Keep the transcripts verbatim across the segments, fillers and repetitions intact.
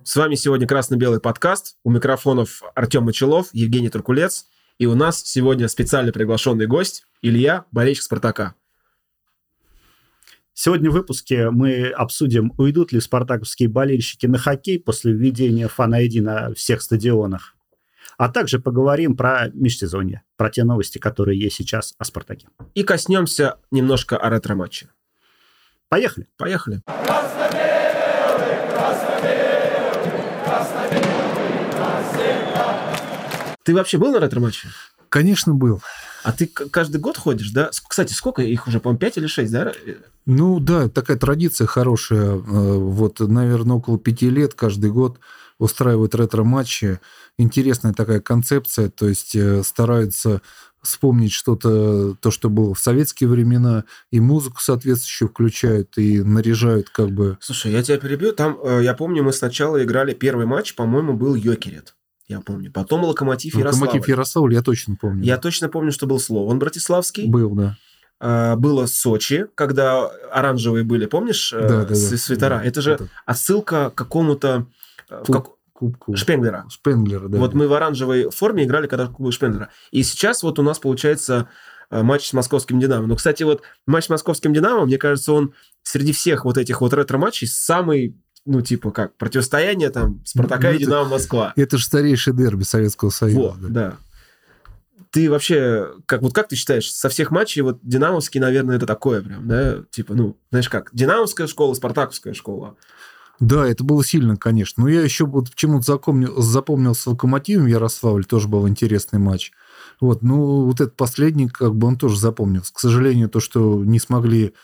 С вами сегодня красно-белый подкаст. У микрофонов Артем Мочелов, Евгений Туркулец. И у нас сегодня специально приглашенный гость Илья, болельщик «Спартака». Сегодня в выпуске мы обсудим, уйдут ли спартаковские болельщики на хоккей после введения Фан-ай ди на всех стадионах. А также поговорим про межсезонье, про те новости, которые есть сейчас о «Спартаке». И коснемся немножко о ретро-матче. Поехали. Поехали. Ты вообще был на ретро-матче? Конечно, был. А ты каждый год ходишь, да? Кстати, сколько их уже, по-моему, пять или шесть, да? Ну да, такая традиция хорошая. Вот, наверное, около пяти лет каждый год устраивают ретро-матчи. Интересная такая концепция, то есть стараются вспомнить что-то, то, что было в советские времена, и музыку соответствующую включают, и наряжают как бы... Слушай, я тебя перебью. Там, я помню, мы сначала играли первый матч, по-моему, был Йокерет. Я помню. Потом Локомотив Ярославль. Локомотив Ярославль, я точно помню. Я точно помню, что был Слован Братиславский. Был, да. А, было Сочи, когда оранжевые были, помнишь, да, да, свитера. Да, это же это... отсылка к какому-то... Куб, как... Кубку. Шпенглера. Шпенглера, да. Вот да. мы в оранжевой форме играли, когда Кубок Шпенглера. И сейчас вот у нас получается матч с московским «Динамо». Но, кстати, вот матч с московским «Динамо», мне кажется, он среди всех вот этих вот ретро-матчей самый... Ну, типа как, противостояние там «Спартака» ну, и «Динамо» Москва. Это же старейший дерби Советского Союза. Вот, да. да. Ты вообще, как, вот как ты считаешь, со всех матчей вот «Динамовский», наверное, это такое прям, да? Типа, ну, знаешь как, «Динамовская школа», «Спартаковская школа». Да, это было сильно, конечно. Но я еще вот почему-то запомнил, запомнил с «Локомотивом» Ярославль, тоже был интересный матч. Вот, ну, вот этот последний, как бы он тоже запомнился. К сожалению, то, что не смогли...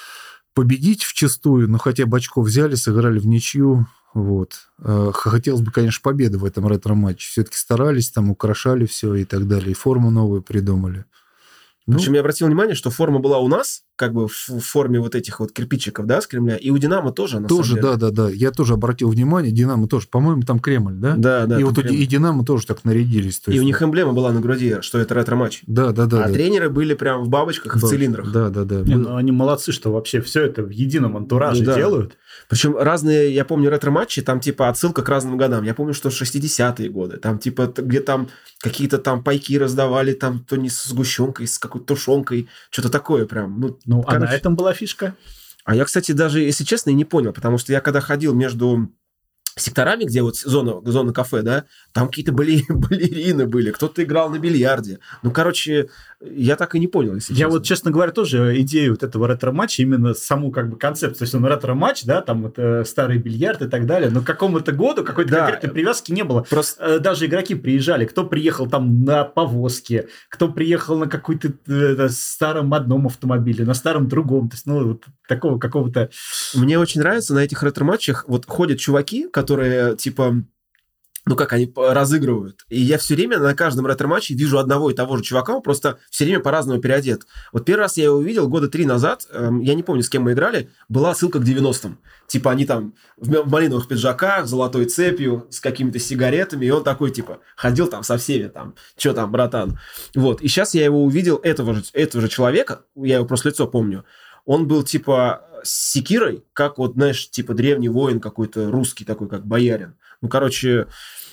победить вчистую, но хотя бы очков взяли, сыграли в ничью. Вот. Хотелось бы, конечно, победы в этом ретро-матче. Все-таки старались, там украшали все и так далее. И форму новую придумали. Причем ну, я обратил внимание, что форма была у нас, как бы в форме вот этих вот кирпичиков, да, с Кремля, и у «Динамо» тоже, на тоже, самом деле. да, да, да. Я тоже обратил внимание, «Динамо» тоже, по-моему, там Кремль, да? Да, да. И вот Кремль. И «Динамо» тоже так нарядились. То и есть... у них эмблема была на груди, что это ретро-матч. Да, да, да. А да. тренеры были прям в бабочках, да, в цилиндрах. Да, да, да. Не, ну, они молодцы, что вообще все это в едином антураже да. делают. Причем разные, я помню, ретро-матчи, там типа отсылка к разным годам. Я помню, что шестидесятые годы, там типа, где там какие-то там пайки раздавали, там то не с сгущенкой, с какой-то тушенкой, что-то такое прям. Ну, ну короче... а на этом была фишка? А я, кстати, даже, если честно, и не понял, потому что я когда ходил между секторами, где вот зона, зона кафе, да, там какие-то были балерины были, кто-то играл на бильярде. Ну, короче, я так и не понял, если Я честно. вот, честно говоря, тоже идею вот этого ретро-матча, именно саму как бы концепцию, то есть он ретро-матч, да, там это старый бильярд и так далее, но к какому-то году какой-то да. конкретной привязки не было. Просто... Даже игроки приезжали, кто приехал там на повозке, кто приехал на какой-то э, старом одном автомобиле, на старом другом, то есть, ну, вот такого какого-то... Мне очень нравится на этих ретро-матчах, вот ходят чуваки, которые, типа, ну как, они разыгрывают. И я все время на каждом ретро-матче вижу одного и того же чувака, он просто все время по-разному переодет. Вот первый раз я его увидел года три назад, эм, я не помню, с кем мы играли, была ссылка к девяностым. Типа они там в малиновых пиджаках, с золотой цепью, с какими-то сигаретами, и он такой, типа, ходил там со всеми, там, что там, братан. Вот, и сейчас я его увидел, этого же, этого же человека, я его просто лицо помню, он был, типа, с секирой, как вот, знаешь, типа древний воин какой-то, русский такой, как боярин. Ну, короче,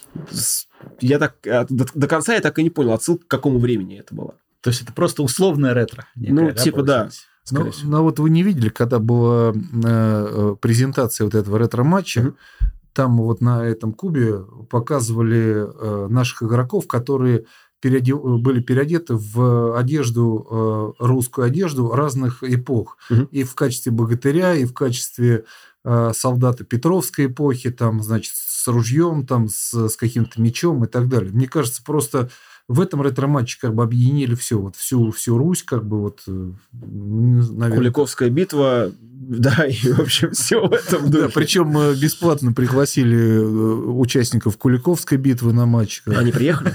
я так до, до конца я так и не понял, отсылка к какому времени это было. То есть это просто условное ретро? Некое, ну, да, типа, да. Ну, ну, вот вы не видели, когда была э, презентация вот этого ретро-матча, mm-hmm. там вот на этом кубе показывали э, наших игроков, которые переодев... были переодеты в одежду, э, русскую одежду разных эпох. Mm-hmm. И в качестве богатыря, и в качестве э, солдата Петровской эпохи, там, значит, с ружьем, там, с, с каким-то мечом и так далее. Мне кажется, просто в этом ретро-матче как бы объединили все, вот всю, всю Русь, как бы вот, наверное... Куликовская битва, да, и, в общем, все в этом духе. Да, причем бесплатно пригласили участников Куликовской битвы на матч. Они приехали?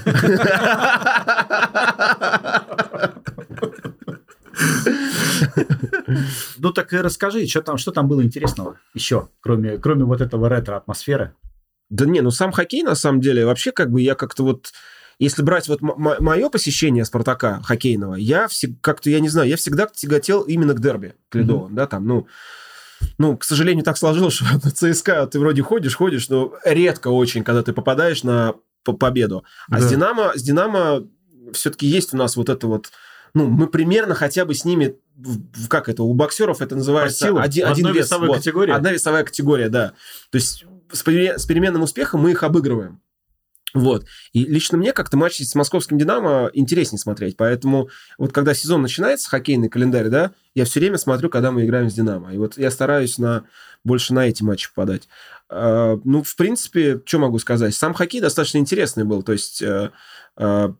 Ну, так и расскажи, что там, что там было интересного еще, кроме, кроме вот этого ретро-атмосферы? Да не, ну сам хоккей, на самом деле, вообще как бы я как-то вот... Если брать вот м- мое посещение «Спартака» хоккейного, я всег- как-то, я не знаю, я всегда тяготел именно к дерби, к ледовым, mm-hmm. да, там, ну... ну, к сожалению, так сложилось, что на ЦСКА ты вроде ходишь, ходишь, но редко очень, когда ты попадаешь на победу. А да. с «Динамо», с «Динамо» все-таки есть у нас вот это вот... Ну, мы примерно хотя бы с ними... Как это? У боксеров это называется... Один, один вес. Весовая вот. категория. Одна весовая категория, да. То есть с переменным успехом мы их обыгрываем. Вот. И лично мне как-то матчи с московским «Динамо» интереснее смотреть. Поэтому вот когда сезон начинается, хоккейный календарь, да, я все время смотрю, когда мы играем с «Динамо». И вот я стараюсь на, больше на эти матчи попадать. А, ну, в принципе, что могу сказать? Сам хоккей достаточно интересный был. То есть, а, а,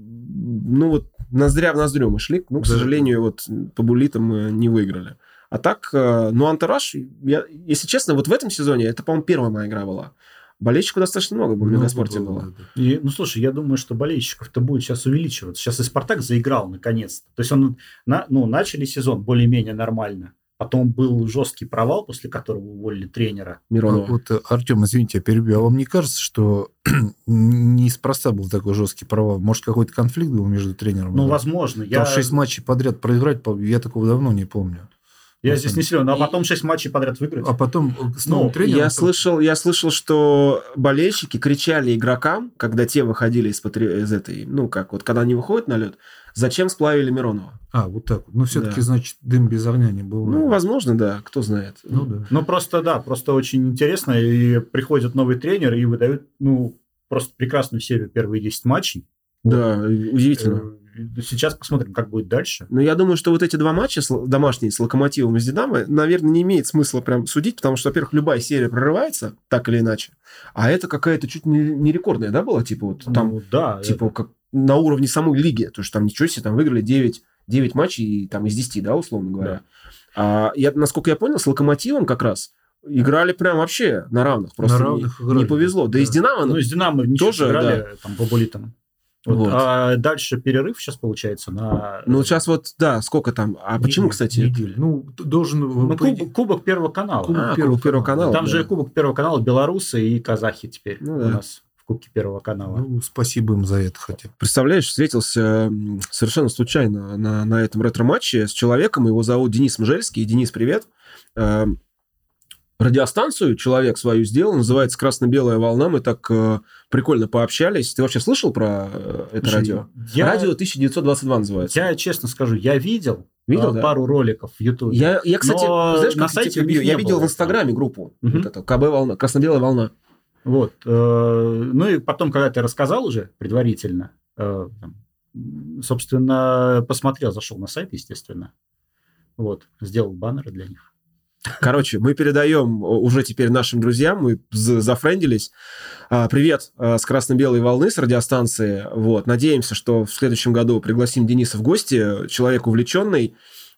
ну вот, ноздря в ноздрю мы шли. Ну, к сожалению, вот по буллитам мы не выиграли. А так, ну, антураж, я, если честно, вот в этом сезоне, это, по-моему, первая моя игра была. Болельщиков достаточно много в Мегаспорте было. было. И, ну, слушай, я думаю, что болельщиков-то будет сейчас увеличиваться. Сейчас и «Спартак» заиграл наконец-то. То есть, он, на, ну, начали сезон более-менее нормально. Потом был жесткий провал, после которого уволили тренера. Миронова. А вот, Артем, извините, я перебью. А вам не кажется, что неспроста был такой жесткий провал? Может, какой-то конфликт был между тренером? Ну, возможно. Там я... шесть матчей подряд проиграть, я такого давно не помню. Я здесь не силен, а потом шесть матчей подряд выиграть. А потом с новым ну, тренером... Я слышал, я слышал, что болельщики кричали игрокам, когда те выходили из, из этой... Ну, как вот, когда они выходят на лед, зачем сплавили Миронова? А, вот так вот. Ну, все-таки, да. значит, дым без огня не бывает. Ну, возможно, да, кто знает. Ну, да. Ну, просто, да, просто очень интересно. И приходит новый тренер и выдают, ну, просто прекрасную серию первые десять матчей. Да, вот. Удивительно. Сейчас посмотрим, как будет дальше. Но я думаю, что вот эти два матча домашние с «Локомотивом» и с «Динамо», наверное, не имеет смысла прям судить, потому что, во-первых, любая серия прорывается, так или иначе. А это какая-то чуть не, не рекордная, да, была? Типа вот там, ну, да, типа это... как на уровне самой лиги. То есть там ничего себе, там выиграли девять, девять матчей там, из десяти, да, условно говоря. Да. А я, насколько я понял, с «Локомотивом» как раз играли прям вообще на равных. Просто на равных не, играли, не повезло. Да, да и с «Динамо». Ну, и с «Динамо» тоже играли, да. Там по буллитам. Вот. Вот. А дальше перерыв сейчас получается на... Ну, сейчас вот, да, сколько там... А неделю, почему, кстати? Неделю. Ну, должен... Ну, кубок, кубок Первого канала. Кубок а, Первого, Первого канала. Там да. же Кубок Первого канала белорусы и казахи теперь ну, да. у нас в Кубке Первого канала. Ну, спасибо им за это хотя бы. Представляешь, встретился совершенно случайно на, на этом ретро-матче с человеком, его зовут Денис Мжельский. Денис, привет. Радиостанцию человек свою сделал, называется «Красно-белая волна». Мы так э, прикольно пообщались. Ты вообще слышал про э, это Слушай, радио? Я... Радио тысяча девятьсот двадцать два называется. Я честно скажу, я видел, видел э, да? пару роликов в Ютубе. Я, я, кстати, знаешь, на сайте я, я видел в Инстаграме группу. Угу. Вот это, КБ волна, «Красно-белая волна». Вот. Э, ну и потом, когда ты рассказал уже предварительно, э, собственно, посмотрел, зашел на сайт, естественно. Вот. Сделал баннеры для них. Короче, мы передаем уже теперь нашим друзьям, мы зафрендились. Привет с красно-белой волны, с радиостанции. Вот. Надеемся, что в следующем году пригласим Дениса в гости. Человек увлеченный,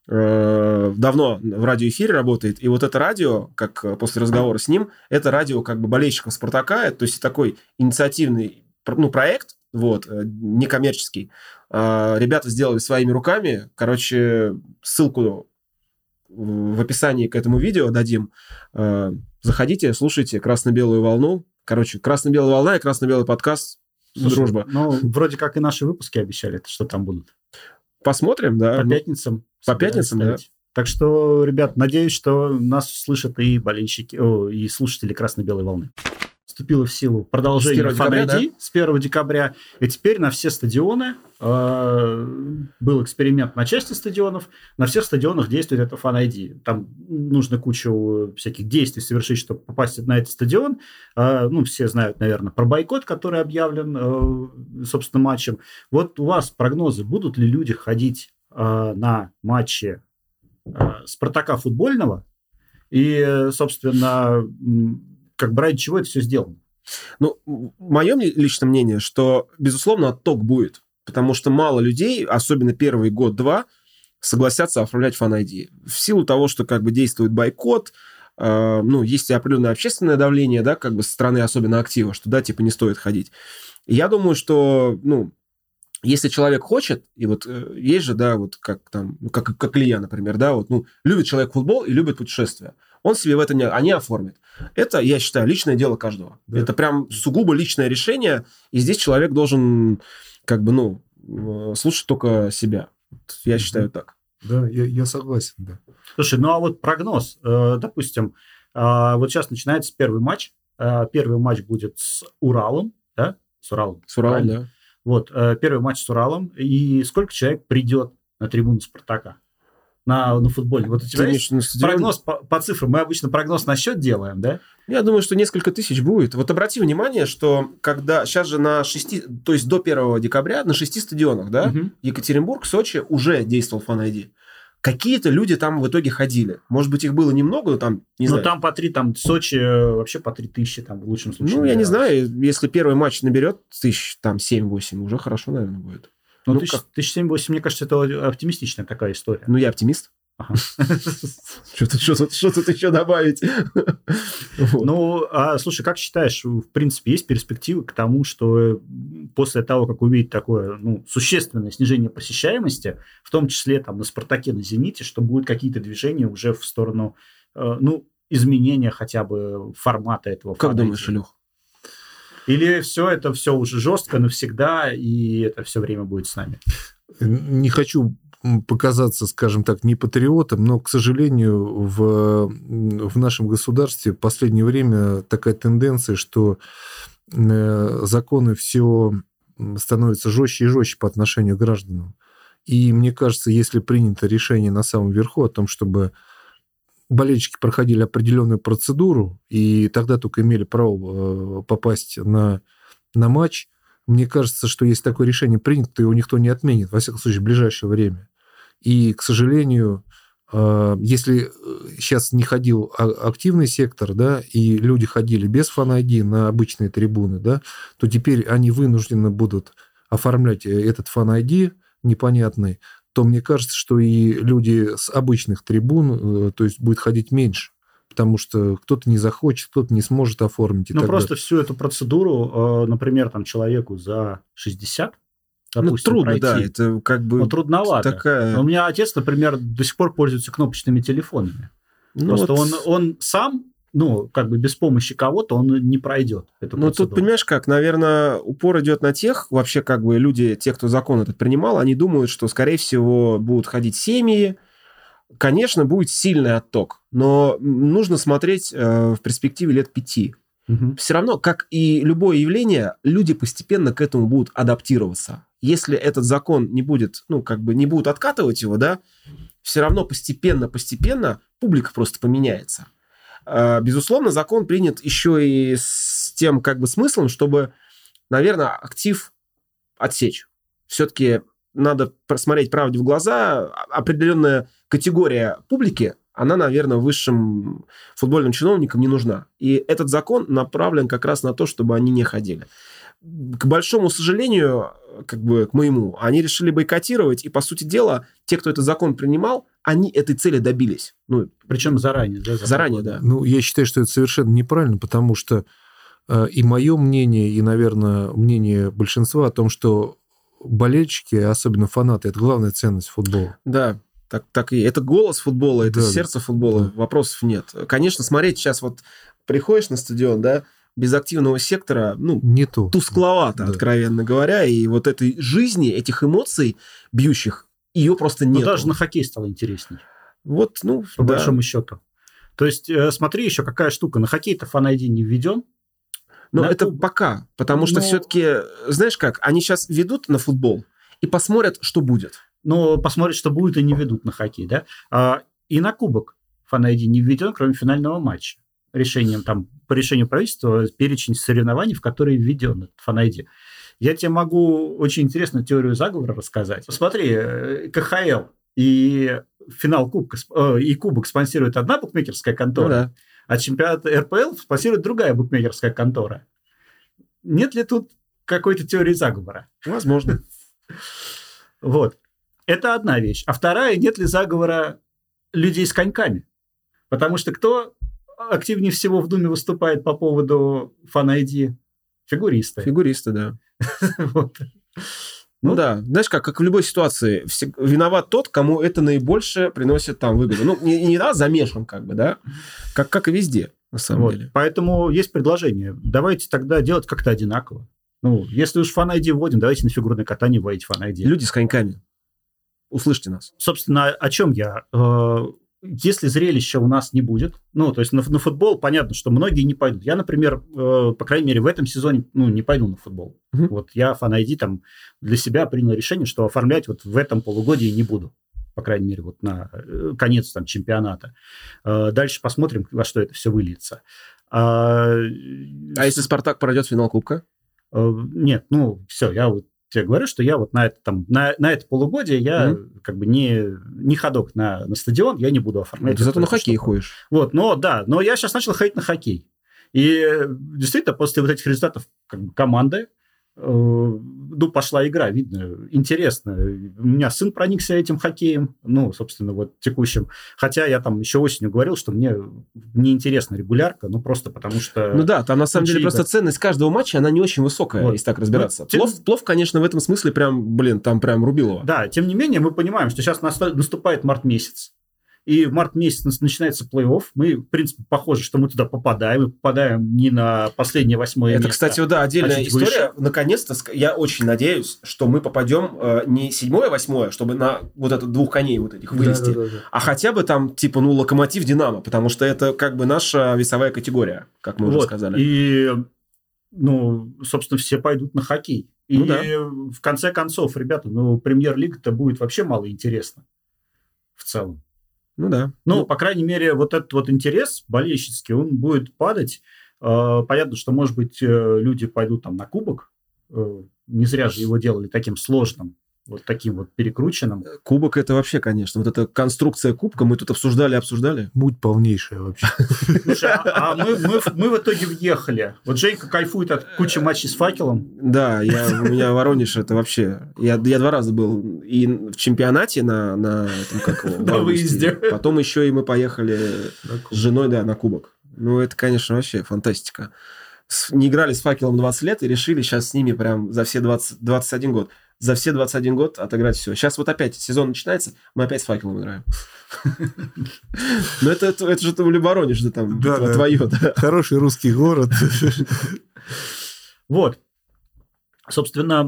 давно в радиоэфире работает. И вот это радио, как после разговора с ним, это радио как бы болельщиков «Спартака». То есть такой инициативный ну, проект, вот, некоммерческий. Ребята сделали своими руками. Короче, ссылку в описании к этому видео дадим. Заходите, слушайте «Красно-белую волну». Короче, «Красно-белая волна» и «Красно-белый подкаст». Слушай, дружба. Ну, вроде как и наши выпуски обещали, что там будут. Посмотрим, да. По пятницам. По пятницам, да. Так что, ребят, надеюсь, что нас слышат и болельщики, о, и слушатели «Красно-белой волны». Вступило в силу продолжение Фан ай ди с первого декабря. И теперь на все стадионы э, был эксперимент на части стадионов. На всех стадионах действует это Фан ай ди. Там нужно кучу всяких действий совершить, чтобы попасть на этот стадион. Э, ну, все знают, наверное, про бойкот, который объявлен, э, собственно, матчем. Вот у вас прогнозы, будут ли люди ходить э, на матчи э, «Спартака» футбольного? И, собственно... как бы ради чего это все сделано? Ну, мое личное мнение, что, безусловно, отток будет. Потому что мало людей, особенно первый год-два, согласятся оформлять Фан ай ди. В силу того, что как бы действует бойкот, э, ну, есть и определенное общественное давление, да, как бы со стороны особенно актива, что, да, типа не стоит ходить. И я думаю, что, ну, если человек хочет, и вот э, есть же, да, вот как там, ну, как, как Илья, например, да, вот, ну, любит человек футбол и любит путешествия. Он себе в это не, они оформит. Это, я считаю, личное дело каждого. Да. Это прям сугубо личное решение, и здесь человек должен, как бы, ну, слушать только себя. Я считаю так. Да, я, я согласен, да. Слушай, ну а вот прогноз. Допустим, вот сейчас начинается первый матч. Первый матч будет с Уралом, да? С Уралом. С Уралом, правильно? Да. Вот, первый матч с Уралом. И сколько человек придет на трибуну «Спартака»? На, на футболе. Вот у тебя есть прогноз по, по цифрам. Мы обычно прогноз на счет делаем, да? Я думаю, что несколько тысяч будет. Вот обрати внимание, что когда сейчас же на шести, то есть до первого декабря на шести стадионах, да, угу. Екатеринбург, Сочи, уже действовал Fan ай ди. Какие-то люди там в итоге ходили. Может быть, их было немного, но там, не знаю. Ну, там по три, там Сочи вообще по три тысячи, там в лучшем случае. Ну, я не знаю, если первый матч наберет тысяч, там, семь-восемь, уже хорошо, наверное, будет. Ну, ну тысяч семь-восемь, мне кажется, это оптимистичная такая история. Ну, я оптимист. Ага. Что тут, что, тут, что тут еще добавить? Ну, а, слушай, как считаешь, в принципе, есть перспективы к тому, что после того, как увидеть такое ну, существенное снижение посещаемости, в том числе там, на «Спартаке», на «Зените», что будут какие-то движения уже в сторону ну, изменения хотя бы формата этого Как фанатизма? Думаешь, Илюх? Или все это все уже жестко навсегда, и это все время будет с нами? Не хочу показаться, скажем так, не патриотом, но, к сожалению, в, в нашем государстве в последнее время такая тенденция, что законы все становятся жестче и жестче по отношению к гражданам. И мне кажется, если принято решение на самом верху о том, чтобы болельщики проходили определенную процедуру, и тогда только имели право попасть на, на матч, мне кажется, что если такое решение принято, то его никто не отменит, во всяком случае, в ближайшее время. И, к сожалению, если сейчас не ходил активный сектор, да, и люди ходили без Fan ай ди на обычные трибуны, да, то теперь они вынуждены будут оформлять этот Fan ай ди непонятный, то мне кажется, что и люди с обычных трибун, то есть, будет ходить меньше, потому что кто-то не захочет, кто-то не сможет оформить. Ну, просто далее. Всю эту процедуру, например, там, человеку за шестьдесят, допустим, ну, трудно, пройти. Да, это как бы... Ну, трудновато. Такая... У меня отец, например, до сих пор пользуется кнопочными телефонами. Ну, просто вот... он, он сам, ну, как бы без помощи кого-то он не пройдет эту Ну, тут, понимаешь, как, наверное, упор идет на тех, вообще, как бы, люди, те, кто закон этот принимал, они думают, что, скорее всего, будут ходить семьи, конечно, будет сильный отток, но нужно смотреть э, в перспективе лет пяти. Угу. Все равно, как и любое явление, люди постепенно к этому будут адаптироваться. Если этот закон не будет, ну, как бы не будут откатывать его, да, все равно постепенно-постепенно публика просто поменяется. Э, безусловно, закон принят еще и с тем, как бы, смыслом, чтобы, наверное, актив отсечь. Все-таки надо посмотреть правде в глаза. Определенная категория публики, она, наверное, высшим футбольным чиновникам не нужна. И этот закон направлен как раз на то, чтобы они не ходили. К большому сожалению, как бы к моему, они решили бойкотировать, и, по сути дела, те, кто этот закон принимал, они этой цели добились. Ну, причем заранее. Да, заранее, да. Ну, я считаю, что это совершенно неправильно, потому что э, и мое мнение, и, наверное, мнение большинства о том, что болельщики, особенно фанаты, это главная ценность футбола. Да, так, так и это голос футбола, это да, сердце футбола, да. Вопросов нет. Конечно, смотреть сейчас вот приходишь на стадион, да, без активного сектора, ну, не то. Тускловато, да. Откровенно говоря, и вот этой жизни, этих эмоций бьющих, ее просто нет. Ну, даже на хоккей стало интересней. Вот, ну, по да. большому счету. То есть, э, смотри еще, какая штука, на хоккей-то Fan ай ди не введен. Но на это куб... пока, потому что Но... все-таки, знаешь как, они сейчас ведут на футбол и посмотрят, что будет. Ну, посмотрят, что будет, и не ведут на хоккей, да? А, и на кубок Fan ай ди не введен, кроме финального матча. Решением, там, по решению правительства перечень соревнований, в которые введен этот Fan ай ди. Я тебе могу очень интересную теорию заговора рассказать. Посмотри, ка ха эл и финал Кубка, и Кубок спонсирует одна букмекерская контора, ну, да. А чемпионат эр пэ эл спонсирует другая букмекерская контора. Нет ли тут какой-то теории заговора? Возможно. Вот. Это одна вещь. А вторая, нет ли заговора людей с коньками? Потому что кто активнее всего в Думе выступает по поводу Fan ай ди? Фигуристы. Фигуристы, да. Вот. Ну, ну да, знаешь, как, как в любой ситуации, все, виноват тот, кому это наибольше приносит там выгоду. Ну, не, не да, замешан, как бы, да, как, как и везде, на самом вот. деле. Поэтому есть предложение. Давайте тогда делать как-то одинаково. Ну, если уж Fan ай ди вводим, давайте на фигурное катание вводить Fan ай ди. Люди с коньками. услышьте нас. Собственно, о чем я? Если зрелища у нас не будет, ну, то есть на, на футбол, понятно, что многие не пойдут. Я, например, э, по крайней мере, в этом сезоне, ну, не пойду на футбол. Uh-huh. Вот я Фан ай ди там для себя принял решение, что оформлять вот в этом полугодии не буду. По крайней мере, вот на конец там чемпионата. Э, дальше посмотрим, во что это все выльется. А, а если «Спартак» пройдет в финал Кубка? Э, нет, ну, все, я вот я говорю, что я вот на это, там, на, на это полугодие я mm-hmm. как бы не, не ходок на, на стадион, я не буду оформлять. Ты зато на хоккей штуку. Ходишь. Вот, но да, но я сейчас начал ходить на хоккей. И действительно, после вот этих результатов как бы, команды, э, ну, пошла игра, видно, интересно. У меня сын проникся этим хоккеем, ну, собственно, вот текущим. Хотя я там еще осенью говорил, что мне неинтересна регулярка, ну, просто потому что... Ну да, там на самом деле просто ценность каждого матча, она не очень высокая, вот. Если так разбираться. Вот, плов, тем... плов, конечно, в этом смысле прям, блин, там прям рубилово. Да, тем не менее, мы понимаем, что сейчас наступает март месяц. И в март месяц начинается плей-офф. Мы, в принципе, похоже, что мы туда попадаем. Мы попадаем не на последнее восьмое Это, место. Это, кстати, да, отдельная история. Выше. Наконец-то, я очень надеюсь, что мы попадем э, не седьмое, восьмое, чтобы на вот это двух коней вот этих вылезти, да, да, да, да. а хотя бы там, типа, ну, Локомотив, Динамо, потому что это как бы наша весовая категория, как мы вот. уже сказали. И, ну, собственно, все пойдут на хоккей. И ну, да. в конце концов, ребята, ну, премьер-лига-то будет вообще мало интересна в целом. Ну да. Ну, ну, по крайней мере, вот этот вот интерес болельщицкий, он будет падать. Понятно, что, может быть, люди пойдут там на кубок. Не зря же его делали таким сложным, вот таким вот перекрученным. Кубок это вообще, конечно. Вот эта конструкция кубка, мы тут обсуждали, обсуждали. Муть полнейшая вообще. Слушай, а, а мы, мы, мы в итоге въехали. Вот Женька кайфует от кучи матчей с «Факелом». Да, я, у меня Воронеж это вообще... Я, я два раза был и в чемпионате на, на, там, как его, на выезде. Потом еще и мы поехали с женой, да, на кубок. Ну, это, конечно, вообще фантастика. Не играли с «Факелом» двадцать лет и решили сейчас с ними прям за все двадцать, двадцать один год. За все двадцать один год отыграть все. Сейчас вот опять сезон начинается, мы опять с «Факелом» играем. Ну, это же Воронеж, да, там, твое. Хороший русский город. Вот. Собственно,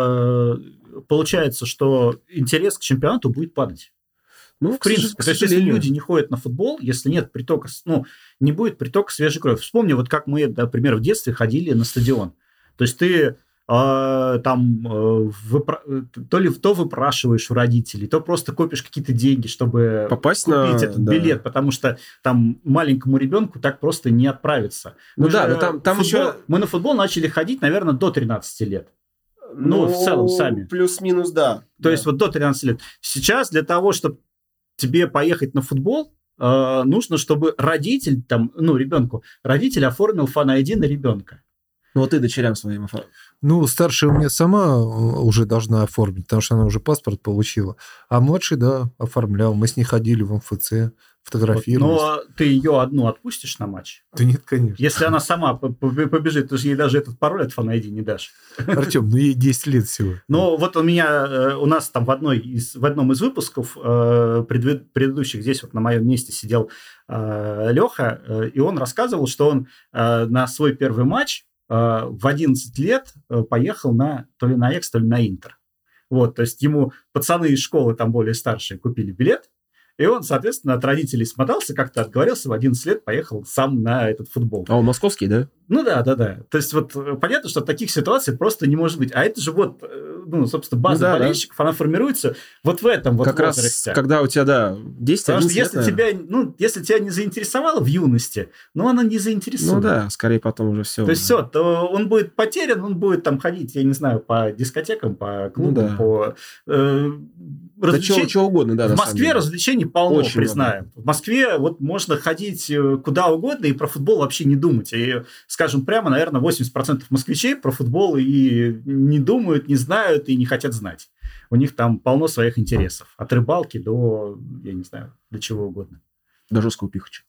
получается, что интерес к чемпионату будет падать. Ну, в принципе, то есть, если люди не ходят на футбол, если нет притока, ну, не будет притока свежей крови. Вспомни, вот как мы, например, в детстве ходили на стадион. То есть, ты э, там э, выпра... то ли то выпрашиваешь у родителей, то просто копишь какие-то деньги, чтобы попасть купить на... этот да. билет, потому что там маленькому ребенку так просто не отправиться. Ну мы да, но там, там футбол... еще... Мы на футбол начали ходить, наверное, до тринадцати лет. Ну, ну, в целом сами. Плюс-минус, да. То да. есть, вот до тринадцати лет. Сейчас для того, чтобы тебе поехать на футбол, э, нужно, чтобы родитель, там, ну, ребенку, родитель оформил Фан ай ди на ребенка. Ну, вот ты дочерям своим оформил. Ну, старшая у меня сама уже должна оформить, потому что она уже паспорт получила. А младший, да, оформлял. Мы с ней ходили в эм эф цэ, фотографировались. Вот, но ты ее одну отпустишь на матч? Да нет, конечно. Если она сама побежит, ты же ей даже этот пароль от Фан ай ди не дашь. Артем, ну ей десять лет всего. Ну, вот у меня, у нас там в, одной из, в одном из выпусков предыдущих, здесь вот на моем месте сидел Леха, и он рассказывал, что он на свой первый матч в одиннадцать лет поехал на, то ли на Экс, то ли на Интер. Вот, то есть ему пацаны из школы, там более старшие, купили билет, и он, соответственно, от родителей смотался, как-то отговорился, в одиннадцать лет поехал сам на этот футбол. А он московский, да? Ну да, да, да. То есть вот понятно, что таких ситуаций просто не может быть. А это же вот, ну, собственно, база ну, да, болельщиков, да. Она формируется вот в этом вот как возрасте. Раз, когда у тебя, да, десять одиннадцать лет, если тебя, ну, если тебя не заинтересовало в юности, ну, она не заинтересована. Ну да, скорее потом уже все. То есть все, то он будет потерян, он будет там ходить, я не знаю, по дискотекам, по клубам, ну, да. по... Э, развлечень... да, чего угодно, да. В Москве развлечений полно, очень признаем. Много. В Москве вот можно ходить куда угодно и про футбол вообще не думать. И, скажем прямо, наверное, восемьдесят процентов москвичей про футбол и не думают, не знают и не хотят знать. У них там полно своих интересов. От рыбалки до, я не знаю, до чего угодно. До жесткого пихача.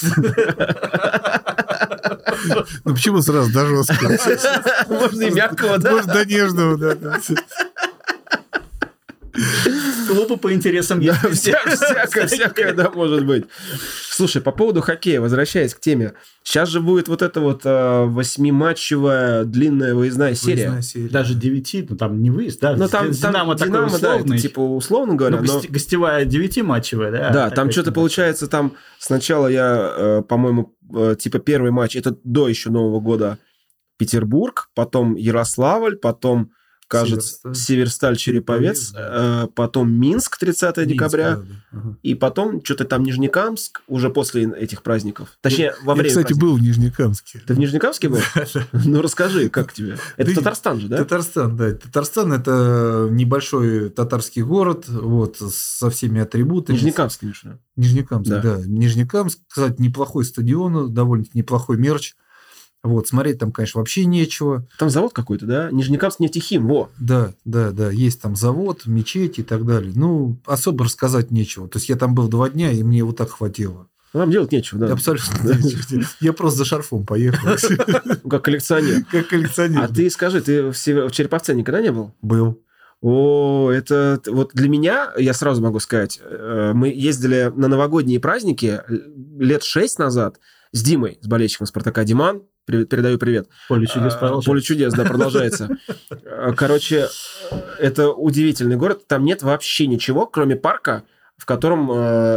Ну почему сразу до жесткого? Можно и мягкого, да? Можно до нежного, да. клубы по интересам есть. Всякое, всякое, да, может быть. Слушай, по поводу хоккея, возвращаясь к теме, сейчас же будет вот эта вот восьмиматчевая длинная выездная серия. Даже девяти, ну там не выезд, да? Ну там Динамо такой условный. Типа условно говоря. Гостевая девятиматчевая, да? Да, там что-то получается, там сначала я, по-моему, типа первый матч, это до еще Нового года, Петербург, потом Ярославль, потом, кажется, Северсталь, Северсталь Череповец, да. Потом Минск тридцатого декабря, да, да. Ага. И потом что-то там Нижнекамск уже после этих праздников. Точнее, во время Я, кстати, праздников. был в Нижнекамске. Ты в Нижнекамске был? Ну, расскажи, как тебе? Это Татарстан же, да? Татарстан, да. Татарстан – это небольшой татарский город, вот, со всеми атрибутами. Нижнекамск, конечно. Нижнекамск, да. да. Нижнекамск, кстати, неплохой стадион, довольно-таки неплохой мерч. Вот, смотреть там, конечно, вообще нечего. Там завод какой-то, да? Нижнекамск нефтехим, во. Да, да, да. Есть там завод, мечеть и так далее. Ну, особо рассказать нечего. То есть, я там был два дня, и мне вот так хватило. Вам делать нечего, да? Абсолютно нечего. Я просто за шарфом поехал. Как коллекционер. Как коллекционер. А ты скажи, ты в Череповце никогда не был? Был. О, это вот для меня, я сразу могу сказать, мы ездили на новогодние праздники лет шесть назад с Димой, с болельщиком Спартака Диман. Передаю привет. Поле чудес продолжается. Поле чудес, да, продолжается. Короче, это удивительный город. Там нет вообще ничего, кроме парка, в котором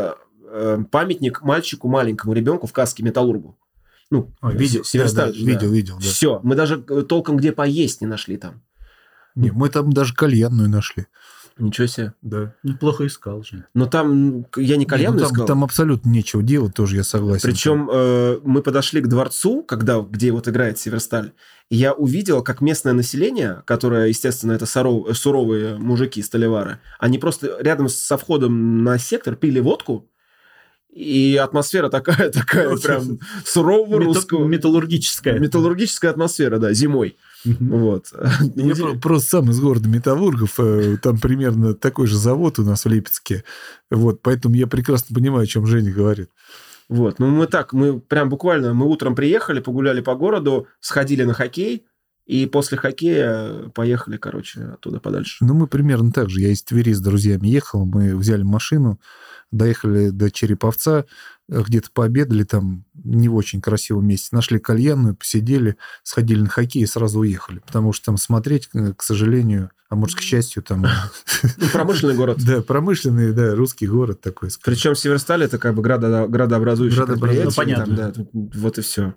памятник мальчику маленькому, ребенку в каске металлургу. Ну, а, видел, Северсталь. Да, да, видел, видел. Да. Все. Мы даже толком где поесть не нашли там. Не, мы там даже кальянную нашли. Ничего себе. Да. Неплохо искал же. Но там я не кальянную не, ну, там, искал. Там абсолютно нечего делать, тоже я согласен. Причем э, мы подошли к дворцу, когда, где вот играет Северсталь, и я увидел, как местное население, которое, естественно, это суров, суровые мужики, сталевары, они просто рядом со входом на сектор пили водку, и атмосфера такая, такая прям суровая русская. Металлургическая. Металлургическая атмосфера, да, зимой. Вот. Я просто сам из города Металлургов, там примерно такой же завод у нас в Липецке, вот, поэтому я прекрасно понимаю, о чем Женя говорит. Вот, ну мы так, мы прям буквально, мы утром приехали, погуляли по городу, сходили на хоккей, и после хоккея поехали, короче, оттуда подальше. Ну, мы примерно так же. Я из Твери с друзьями ехал, мы взяли машину, доехали до Череповца, где-то пообедали там не в очень красивом месте, нашли кальянную, посидели, сходили на хоккей и сразу уехали. Потому что там смотреть, к сожалению, а может, к счастью, там... Промышленный город. Да, промышленный, да, русский город такой. Причем Северсталь – это как бы градообразующий предприятие. Ну, понятно. Вот и все.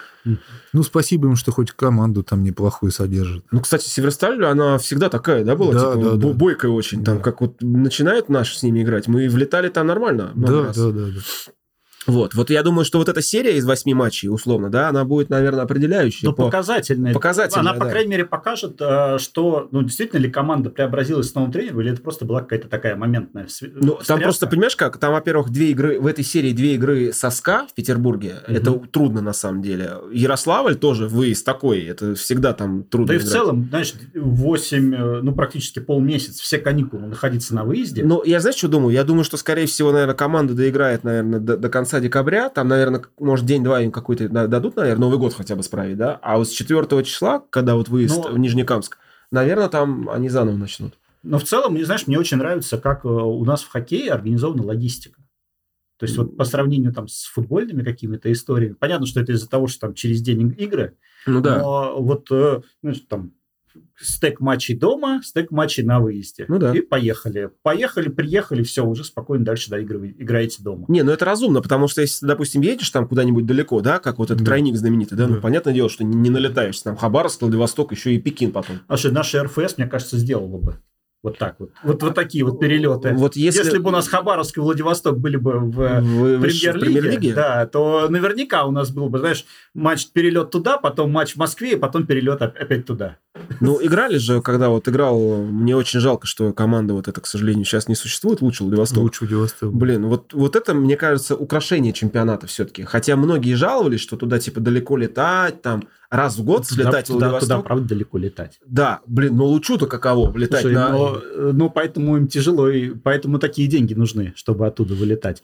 Ну, спасибо им, что хоть команду там неплохую содержат. Ну, кстати, Северсталь, она всегда такая, да, была? Да, типа, да, да. Бойкая очень. Да. Там, как вот начинают наши с ними играть, мы влетали там нормально. Да, раз. да, да, да. Вот, вот я думаю, что вот эта серия из восьми матчей, условно, да, она будет, наверное, определяющей. Ну, по... показательная. Показательная, Она, по да. крайней мере, покажет, что, ну, действительно ли команда преобразилась с новым тренером, или это просто была какая-то такая моментная встряска? Ну, там просто, понимаешь как, там, во-первых, две игры, в этой серии две игры со СКА в Петербурге, угу. Это трудно, на самом деле. Ярославль тоже выезд такой, это всегда там трудно Да играть. И в целом, знаешь, восемь, ну, практически полмесяца, все каникулы находиться на выезде. Ну, я, знаешь, что думаю? Я думаю, что, скорее всего, наверное, команда доиграет, наверное, до, до конца декабря, там, наверное, может, день-два им какой-то дадут, наверное, Новый год хотя бы справить, да? А вот с четвертого числа, когда вот выезд Но... в Нижнекамск, наверное, там они заново начнут. Но в целом, не знаешь, мне очень нравится, как у нас в хоккее организована логистика. То есть, вот по сравнению там с футбольными какими-то историями, понятно, что это из-за того, что там через день игры, ну, да. Но вот, знаешь, там стек матчей дома, стек матчей на выезде. Ну да. И поехали. Поехали, приехали, все, уже спокойно дальше доигрываете, играете дома. Не, ну это разумно, потому что если, допустим, едешь там куда-нибудь далеко, да, как вот этот да. тройник знаменитый, да, да, ну, понятное дело, что не, не налетаешь. Там Хабаровск, Владивосток, еще и Пекин потом. А что, наша эр эф эс, мне кажется, сделала бы. Вот так вот. Вот, вот такие вот перелеты. Вот если... если бы у нас Хабаровск и Владивосток были бы в, в премьер-лиге, премьер-лиге, да, то наверняка у нас был бы, знаешь, матч перелет туда, потом матч в Москве, и потом перелет опять туда. Ну, играли же, когда вот играл, мне очень жалко, что команда вот эта, к сожалению, сейчас не существует, лучше Владивосток. Лучше Владивосток. Блин, вот, вот это, мне кажется, украшение чемпионата все-таки. Хотя многие жаловались, что туда, типа, далеко летать, там, раз в год слетать туда, в Владивосток. Туда, правда, далеко летать. Да, блин, но лучу-то каково летать. Слушай, на... но, ну, поэтому им тяжело, и поэтому такие деньги нужны, чтобы оттуда вылетать.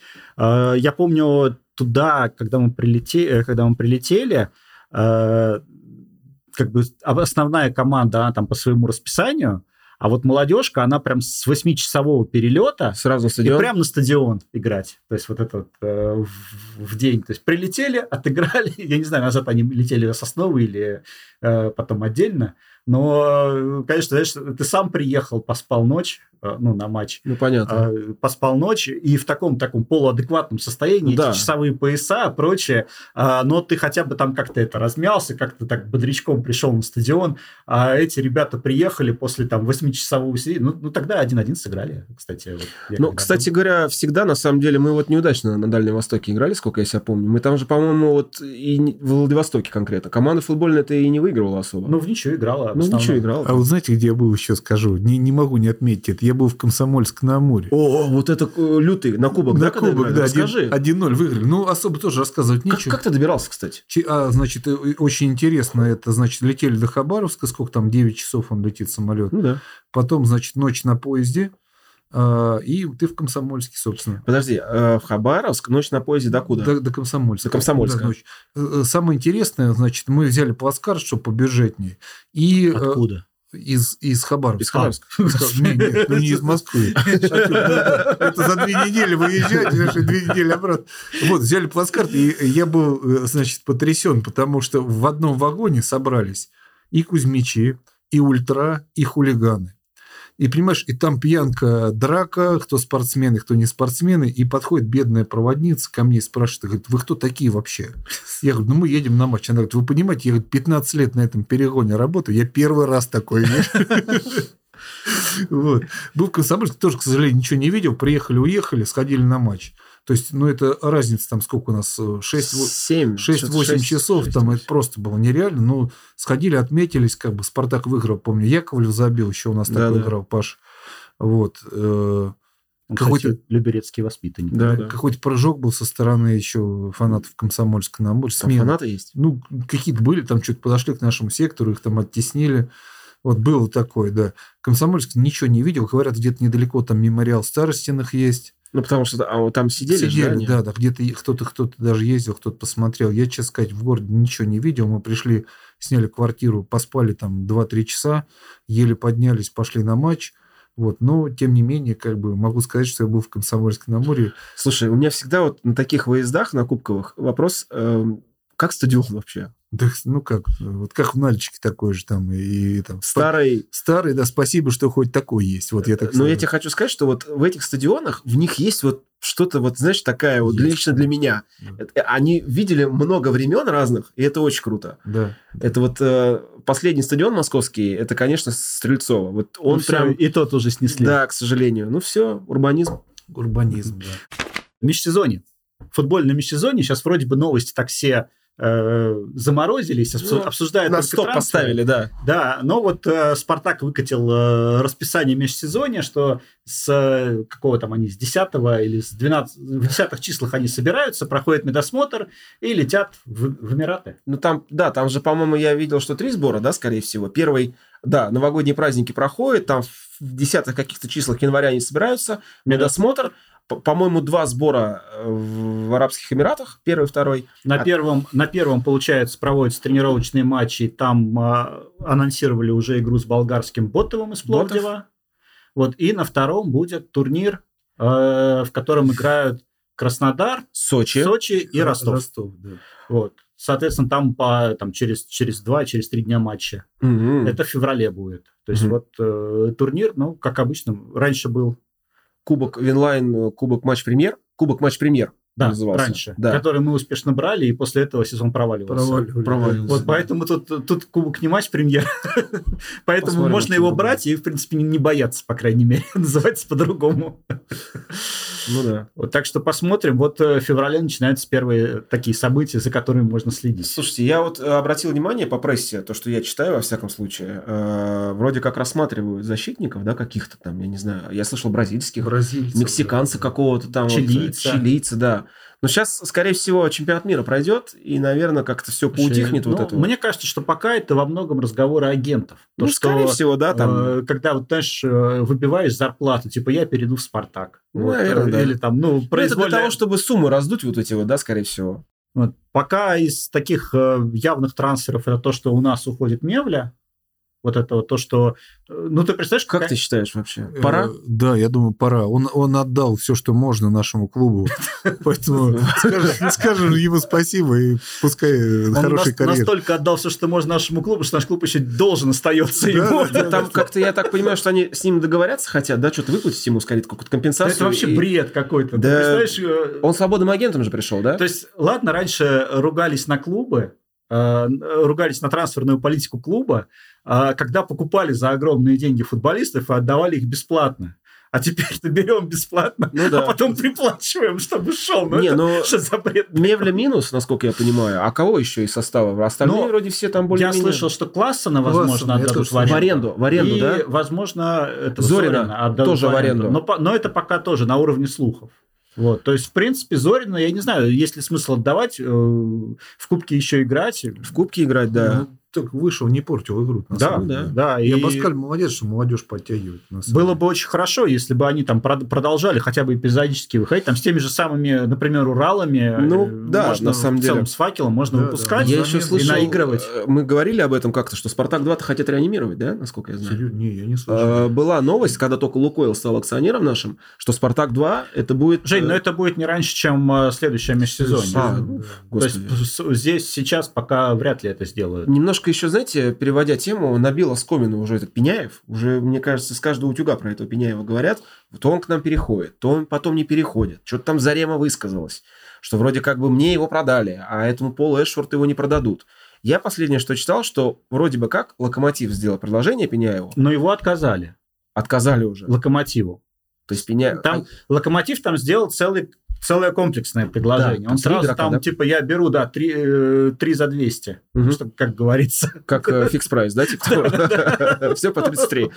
Я помню, туда, когда мы прилетели, когда мы прилетели, как бы основная команда, она там по своему расписанию, А вот молодежка, она прям с восьмичасового перелета сразу на стадион. И прям на стадион играть. То есть вот это вот э, в, в день. То есть прилетели, отыграли. Я не знаю, назад они летели с Сосновой или э, потом отдельно. Но, конечно, знаешь, ты сам приехал, поспал ночь, ну, на матч. Ну, понятно. Поспал ночь, и в таком таком полуадекватном состоянии, да. эти часовые пояса, прочее. Но ты хотя бы там как-то это размялся, как-то так бодрячком пришел на стадион. А эти ребята приехали после там восьмичасового сидения. Ну, ну, тогда один-один сыграли, кстати. Вот, ну, кстати был. говоря, всегда, на самом деле, мы вот неудачно на Дальнем Востоке играли, сколько я себя помню. Мы там же, по-моему, вот и в Владивостоке конкретно. Команда футбольная-то и не выигрывала особо. Ну, в ничего играла. Ну, ничего играл. А вот знаете, где я был, еще скажу? Не, не могу не отметить это. Я был в Комсомольск-на-Амуре. О, вот это лютый, на кубок, на да? Кубок, да. Расскажи. один ноль выиграли. Ну, особо тоже рассказывать нечего. Как, как ты добирался, кстати? А, значит, очень интересно. Это, значит, летели до Хабаровска. Сколько там? девять часов он летит, самолет. Ну, да. Потом, значит, ночь на поезде. И ты в Комсомольске, собственно. Подожди, в Хабаровск, ночь на поезде докуда? До, до Комсомольска. До Комсомольска. Да, самое интересное, значит, мы взяли плацкарт, чтобы побюджетнее. И, откуда? Из, из Хабаровска. Из Хабаровска? Нет, нет, ну не из Москвы. Это за две недели выезжать, две недели обратно. Вот, взяли плацкарт, и я был, значит, потрясен, потому что в одном вагоне собрались и кузьмичи, и ультра, и хулиганы. И, понимаешь, и там пьянка, драка, кто спортсмены, кто не спортсмены, и подходит бедная проводница ко мне и спрашивает, говорит, вы кто такие вообще? Я говорю, ну, мы едем на матч. Она говорит, вы понимаете, я говорит, пятнадцать лет на этом перегоне работаю, я первый раз такой вижу. Вот. Был в Комсомольске, тоже, к сожалению, ничего не видел, приехали, уехали, сходили на матч. То есть, ну, это разница там сколько у нас, шесть-восемь часов, там это просто было нереально. Ну, сходили, отметились, как бы Спартак выиграл, помню, Яковлев забил, еще у нас да, такой да. играл, Паш. Вот. Какой-то люберецкий воспитанник. Да, да. Какой-то прыжок был со стороны еще фанатов Комсомольска-на-Амуре. Там фанаты есть? Ну, какие-то были, там что-то подошли к нашему сектору, их там оттеснили. Вот было такое, да. Комсомольск ничего не видел. Говорят, где-то недалеко там мемориал Старостиных есть. Ну, потому что а, там сидели, сидели да, да. Где-то кто-то, кто-то даже ездил, кто-то посмотрел. Я, честно сказать, в городе ничего не видел. Мы пришли, сняли квартиру, поспали там два-три часа, еле поднялись, пошли на матч. Вот. Но, тем не менее, как бы могу сказать, что я был в Комсомольске-на-Амуре. Слушай, у меня всегда вот на таких выездах, на кубковых, вопрос, э, как стадион вообще? Да, ну как, вот как в Нальчике такой же там. И, там старый. Старый, да, спасибо, что хоть такой есть. Вот я так Но я тебе хочу сказать, что вот в этих стадионах, в них есть вот что-то, вот, знаешь, такая вот есть. Лично для меня. Да. Они видели много времен разных, и это очень круто. Да. Это вот э, последний стадион московский, это, конечно, Стрельцова. Вот он ну, прям... И тот уже снесли. Да, к сожалению. Ну все, урбанизм. Урбанизм, да. В межсезонье. В футбольном межсезонье сейчас вроде бы новости так все... заморозились, ну, обсуждают на стоп трансферы. Поставили, да. Да, но вот э, Спартак выкатил э, расписание межсезонья, что с э, какого там они, с десятого или с двенадцатого, в десятых числах они собираются, проходят медосмотр и летят в, в Эмираты. Ну там, да, там же, по-моему, я видел, что три сбора, да, скорее всего. Первый, да, новогодние праздники проходят, там в десятых каких-то числах января они собираются, медосмотр. По-моему, два сбора в Арабских Эмиратах, первый и второй. На, а... первом, на первом, получается, проводятся тренировочные матчи, там а, анонсировали уже игру с болгарским Ботовым из Пловдива. Вот, и на втором будет турнир, а, в котором играют Краснодар, Сочи, Сочи и Ростов. Ростов да. Вот. Соответственно, там, по, там через, через два, через три дня матча. Угу. Это в феврале будет. То есть, угу. вот э, турнир, ну, как обычно, раньше был Кубок Винлайн, Кубок Матч-Премьер, Кубок Матч-Премьер да, назывался. Раньше, да. который мы успешно брали, и после этого сезон проваливался. Проваливался. проваливался вот да. Поэтому тут, тут Кубок не Матч-Премьер, поэтому Посмотрим, можно его брать и, в принципе, не бояться, по крайней мере, называется по-другому. Ну да. Вот, так что посмотрим. Вот в феврале начинаются первые такие события, за которыми можно следить. Слушайте, я вот обратил внимание по прессе, то, что я читаю, во всяком случае, э, вроде как рассматривают защитников, да, каких-то там, я не знаю, я слышал бразильских, Бразильцев, мексиканца да. какого-то там. Чилийца. Вот, чилийца, да. Но сейчас, скорее всего, чемпионат мира пройдет, и, наверное, как-то все поутихнет. Ну, вот это мне вот. кажется, что пока это во многом разговоры агентов. То, ну, что, скорее всего, да. Там... Э, когда, вот, знаешь, выбиваешь зарплату, типа, я перейду в Спартак. Ну, вот, наверное, да. Или там, ну, произвольно... Это для того, чтобы суммы раздуть вот эти вот, да, скорее всего. Вот. Пока из таких э, явных трансферов это то, что у нас уходит Мевля. Вот это вот то, что... Ну, ты представляешь... Как какая... ты считаешь вообще? Пора? Э, да, я думаю, пора. Он, он отдал все, что можно нашему клубу. Поэтому скажем ему спасибо и пускай хороший карьер. Он настолько отдал все, что можно нашему клубу, что наш клуб еще должен остается ему. Там как-то, я так понимаю, что они с ним договорятся хотят, да, что-то выплатить ему, скорее, какую-то компенсацию. Это вообще бред какой-то. Он свободным агентом же пришел, да? То есть, ладно, раньше ругались на клубы, ругались на трансферную политику клуба, когда покупали за огромные деньги футболистов и отдавали их бесплатно. А теперь-то берем бесплатно, ну, да. а потом приплачиваем, чтобы шел. Ну, не, это ну, что за бред? Мевля минус, насколько я понимаю. А кого еще из состава? Остальные но вроде все там более-менее... Я слышал, что Классена, возможно, Классена, отдадут в аренду. В аренду, в аренду, и, да? возможно, это Зорина, Зорина отдадут тоже в аренду. В аренду. Но, но это пока тоже на уровне слухов. Вот, то есть, в принципе, Зорина, я не знаю, есть ли смысл отдавать, э, в Кубке еще играть. В Кубке играть, да. Ну, так вышел, не портил игру. На да, самом деле. да. И и Паскаль молодец, что молодежь подтягивает. Было бы очень хорошо, если бы они там продолжали хотя бы эпизодически выходить, там с теми же самыми, например, Уралами. Ну, да, можно, на самом в целом, деле. С Факелом можно да, выпускать да. Я еще слышал, и наигрывать. Мы говорили об этом как-то, что Спартак-два хотят реанимировать, да, насколько я знаю? Серьезно? Не, я не слышал. Была новость, когда только Лукойл стал акционером нашим, что Спартак-два это будет... Жень, но это будет не раньше, чем следующее межсезонье. А, ну, то есть здесь сейчас пока вряд ли это сделают. Немножко еще, знаете, переводя тему, набил оскомину уже этот Пеняев. Уже, мне кажется, с каждого утюга про этого Пеняева говорят. То он к нам переходит, то он потом не переходит. Что-то там Зарема высказалась, что вроде как бы мне его продали, а этому Полу Эшфорду его не продадут. Я последнее, что читал, что вроде бы как Локомотив сделал предложение Пеняеву. Но его отказали. Отказали уже. Локомотиву. То есть Пеняев... Там, Локомотив там сделал целый... Целое комплексное предложение. Да, Он сразу игрока, там, да? типа, я беру, да, три за двести. Угу. Чтобы, как говорится. Как фикс-прайс, да? Все по тридцать три.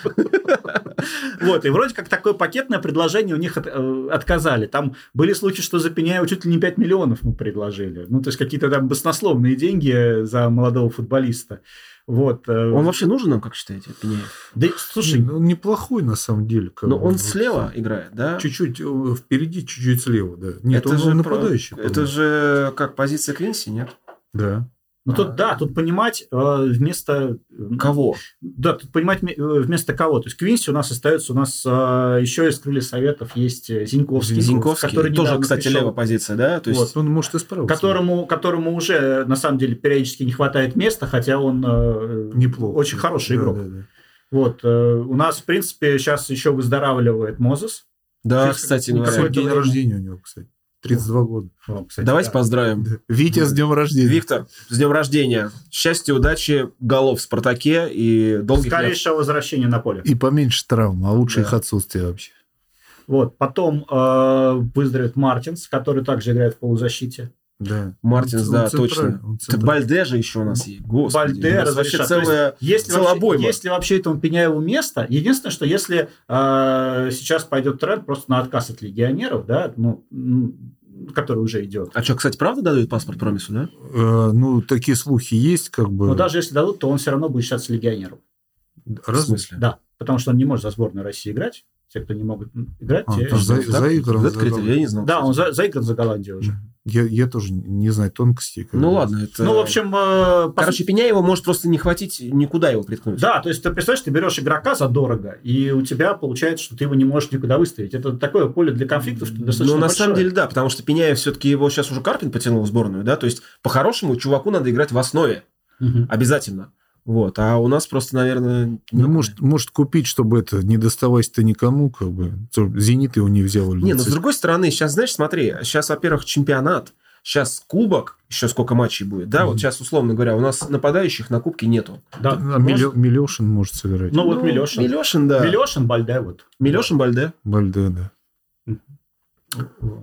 Вот, и вроде как такое пакетное предложение у них отказали. Там были случаи, что за Пеняева чуть ли не пять миллионов мы предложили. Ну, то есть, какие-то там баснословные деньги за молодого футболиста. Вот. Он вообще нужен нам, как считаете, Пеняев? Да, слушай, он неплохой на самом деле. Но он вот слева играет, да? Чуть-чуть впереди, чуть-чуть слева, да. Нет, это он же нападающий. Про... Это же как позиция Квинси, нет? Да. Ну, тут, а, да, тут понимать вместо... Кого? Да, тут понимать вместо кого. То есть, Квинси у нас остается, у нас еще из крылья советов есть Зиньковский. Зиньковский, который тоже, кстати, пришел. Левая позиция, да? То есть... Вот, он может исправиться. Которому, которому уже, на самом деле, периодически не хватает места, хотя он неплохо, очень хороший да, игрок. Да, да. Вот, у нас, в принципе, сейчас еще выздоравливает Мозес. Да, сейчас, кстати говоря. Какой день рождения у него, кстати? тридцать два года. О, кстати, Давайте да. поздравим. Да. Витя, с днем рождения. Виктор, с днем рождения. Счастья, удачи, голов в «Спартаке» и долгих скорейшего лет. возвращения на поле. И поменьше травм, а лучше да. их отсутствие вообще. Вот. Потом э, выздоровеет Мартинс, который также играет в полузащите. Да. Мартинс, он, да, он точно. Это Бальде же еще у нас есть. Господи, Бальде, у нас вообще целая, если целая вообще, обойма. Если вообще этому Пеняеву место, единственное, что если э, сейчас пойдет тренд просто на отказ от легионеров, да, ну, который уже идет. А что, кстати, правда дадут паспорт Промису, да? Э, ну, такие слухи есть, как бы. Но даже если дадут, то он все равно будет считаться легионером. Раз... В смысле? Да, потому что он не может за сборную России играть. Те, кто не могут играть, а, те... За, за, заигран за Голландию. Я не знал. Да, он за, заигран за Голландию уже. Я, я тоже не знаю тонкостей. Ну, ладно. Это... Ну, в общем... Э, Короче, пос... Пеняева может просто не хватить никуда его приткнуть. Да, то есть, ты представляешь, ты берешь игрока задорого, и у тебя получается, что ты его не можешь никуда выставить. Это такое поле для конфликтов, что достаточно Ну, на большое. самом деле, да, потому что Пеняев все-таки его сейчас уже Карпин потянул в сборную, да, то есть, по-хорошему, чуваку надо играть в основе. Угу. Обязательно. Вот, а у нас просто, наверное... Ну, может, может купить, чтобы это не доставать-то никому, как бы. «Зенит» его не взял. Не, но с другой стороны, сейчас, знаешь, смотри, сейчас, во-первых, чемпионат, сейчас кубок, еще сколько матчей будет, да, mm-hmm. вот сейчас, условно говоря, у нас нападающих на кубке нету. Да, а может... Милешин может сыграть. Ну, вот Милешин. Милешин, да. Милешин, Бальде, вот. Милешин, Бальде. Бальде, да. Mm-hmm.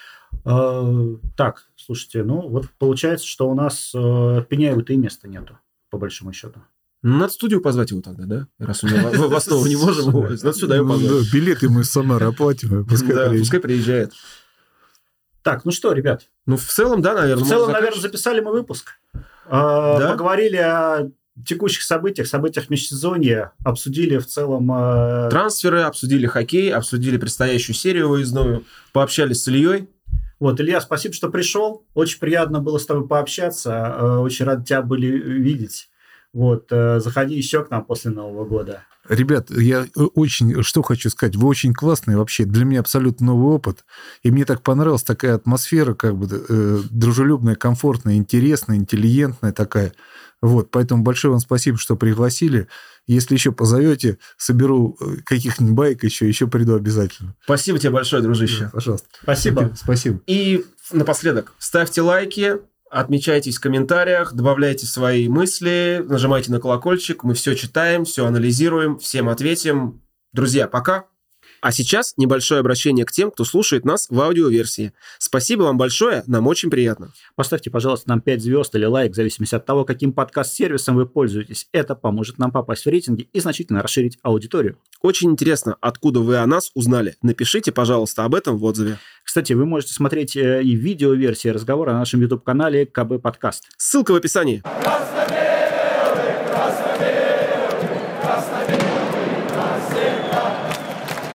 Uh, так, слушайте, ну, вот получается, что у нас uh, Пеняева-то и места нету. По большому счету. Ну, надо студию позвать его тогда, да? Раз у него в основу не можем его, надо сюда его позвать. Билеты мы с Самары оплатим, пускай приезжает. Так, ну что, ребят? Ну, в целом, да, наверное. В целом, наверное, записали мы выпуск. Поговорили о текущих событиях, событиях межсезонья, обсудили в целом... Трансферы, обсудили хоккей, обсудили предстоящую серию выездную, пообщались с Ильей. Вот, Илья, спасибо, что пришел. Очень приятно было с тобой пообщаться. Очень рад тебя были видеть. Вот, заходи еще к нам после Нового года. Ребят, я очень, что хочу сказать, вы очень классные вообще, для меня абсолютно новый опыт, и мне так понравилась такая атмосфера, как бы э, дружелюбная, комфортная, интересная, интеллигентная такая. Вот, поэтому большое вам спасибо, что пригласили. Если еще позовете, соберу каких-нибудь байк еще, еще приду обязательно. Спасибо тебе большое, дружище. Да, пожалуйста. Спасибо. Спасибо. И напоследок, ставьте лайки, отмечайтесь в комментариях, добавляйте свои мысли, нажимайте на колокольчик. Мы все читаем, все анализируем, всем ответим. Друзья, пока. А сейчас небольшое обращение к тем, кто слушает нас в аудиоверсии. Спасибо вам большое, нам очень приятно. Поставьте, пожалуйста, нам пять звезд или лайк, в зависимости от того, каким подкаст-сервисом вы пользуетесь. Это поможет нам попасть в рейтинги и значительно расширить аудиторию. Очень интересно, откуда вы о нас узнали. Напишите, пожалуйста, об этом в отзыве. Кстати, вы можете смотреть и видеоверсии разговора на нашем YouTube-канале КБ Подкаст. Ссылка в описании.